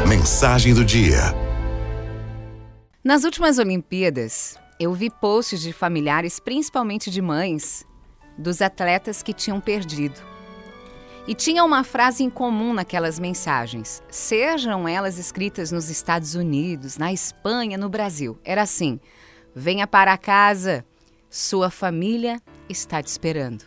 Mensagem do dia. Nas últimas Olimpíadas, eu vi posts de familiares, principalmente de mães, dos atletas que tinham perdido. E tinha uma frase em comum naquelas mensagens, sejam elas escritas nos Estados Unidos, na Espanha, no Brasil. Era assim: venha para casa, sua família está te esperando.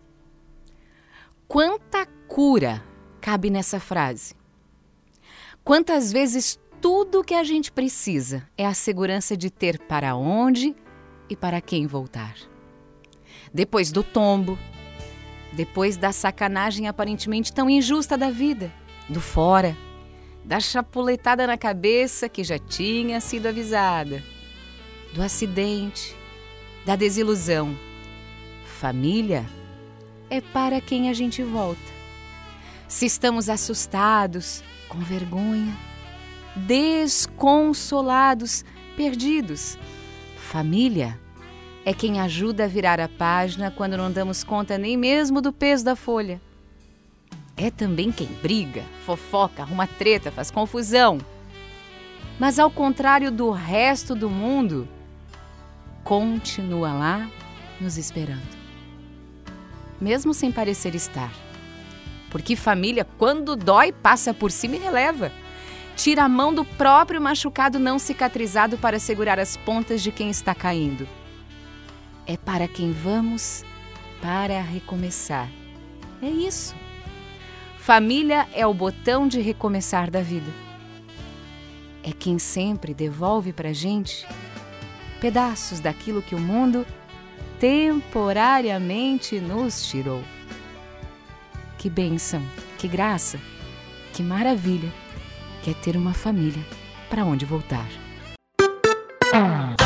Quanta cura cabe nessa frase? Quantas vezes tudo que a gente precisa é a segurança de ter para onde e para quem voltar. Depois do tombo, depois da sacanagem aparentemente tão injusta da vida, do fora, da chapuletada na cabeça que já tinha sido avisada, do acidente, da desilusão. Família é para quem a gente volta. Se estamos assustados, com vergonha, desconsolados, perdidos, família é quem ajuda a virar a página quando não damos conta nem mesmo do peso da folha. É também quem briga, fofoca, arruma treta, faz confusão. Mas ao contrário do resto do mundo, continua lá nos esperando. Mesmo sem parecer estar. Porque família, quando dói, passa por cima e releva. Tira a mão do próprio machucado não cicatrizado para segurar as pontas de quem está caindo. É para quem vamos para recomeçar. É isso. Família é o botão de recomeçar da vida. É quem sempre devolve para a gente pedaços daquilo que o mundo temporariamente nos tirou. Que bênção, que graça, que maravilha que é ter uma família para onde voltar.